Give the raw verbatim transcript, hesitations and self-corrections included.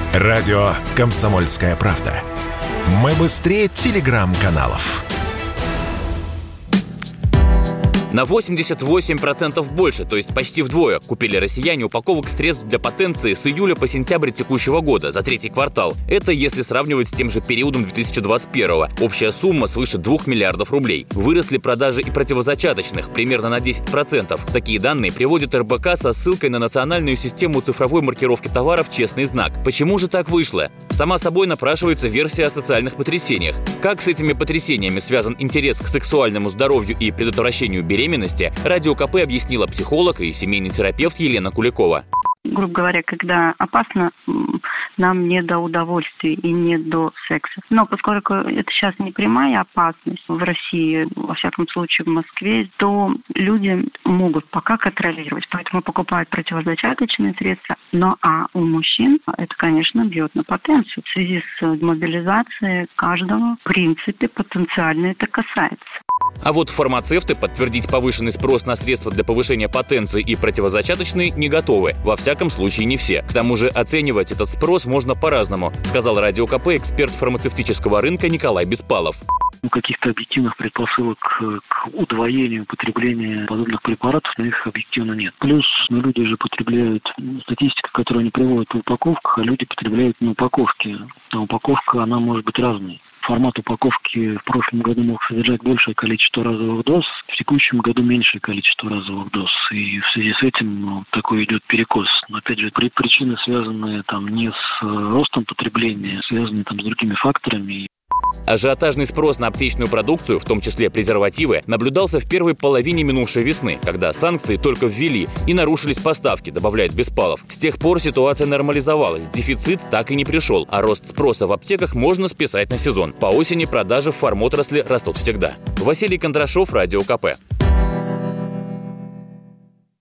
Радио «Комсомольская правда». Мы быстрее телеграм-каналов. На восемьдесят восемь процентов больше, то есть почти вдвое, купили россияне упаковок средств для потенции с июля по сентябрь текущего года, за третий квартал. Это если сравнивать с тем же периодом две тысячи двадцать первого. Общая сумма свыше двух миллиардов рублей. Выросли продажи и противозачаточных, примерно на десять процентов. Такие данные приводит эр бэ ка со ссылкой на национальную систему цифровой маркировки товаров «Честный знак». Почему же так вышло? Сама собой напрашивается версия о социальных потрясениях. Как с этими потрясениями связан интерес к сексуальному здоровью и предотвращению беременности, беременности, Радио ка пэ объяснила психолог и семейный терапевт Елена Куликова. Грубо говоря, когда опасно, нам не до удовольствия и не до секса. Но поскольку это сейчас не прямая опасность в России, во всяком случае в Москве, то люди могут пока контролировать, поэтому покупают противозачаточные средства. Но а у мужчин это, конечно, бьет на потенцию. В связи с мобилизацией каждого, в принципе, потенциально это касается. А вот фармацевты подтвердить повышенный спрос на средства для повышения потенции и противозачаточные не готовы. Во всяком случае, не все. К тому же оценивать этот спрос можно по-разному, сказал Радио ка пэ эксперт фармацевтического рынка Николай Беспалов. Каких-то объективных предпосылок к удвоению потребления подобных препаратов, но их объективно нет. Плюс ну, люди же потребляют, статистика, которую они приводят в упаковках, а люди потребляют не упаковки. А упаковка, она может быть разной. Формат упаковки в прошлом году мог содержать большее количество разовых доз, в текущем году меньшее количество разовых доз. И в связи с этим ну, такой идет перекос. Но опять же, причины, связанные там не с ростом потребления, связаны там с другими факторами. Ажиотажный спрос на аптечную продукцию, в том числе презервативы, наблюдался в первой половине минувшей весны, когда санкции только ввели и нарушились поставки, добавляет Беспалов. С тех пор ситуация нормализовалась, дефицит так и не пришел, а рост спроса в аптеках можно списать на сезон. По осени продажи в фармотрасли растут всегда. Василий Кондрашов, Радио ка пэ.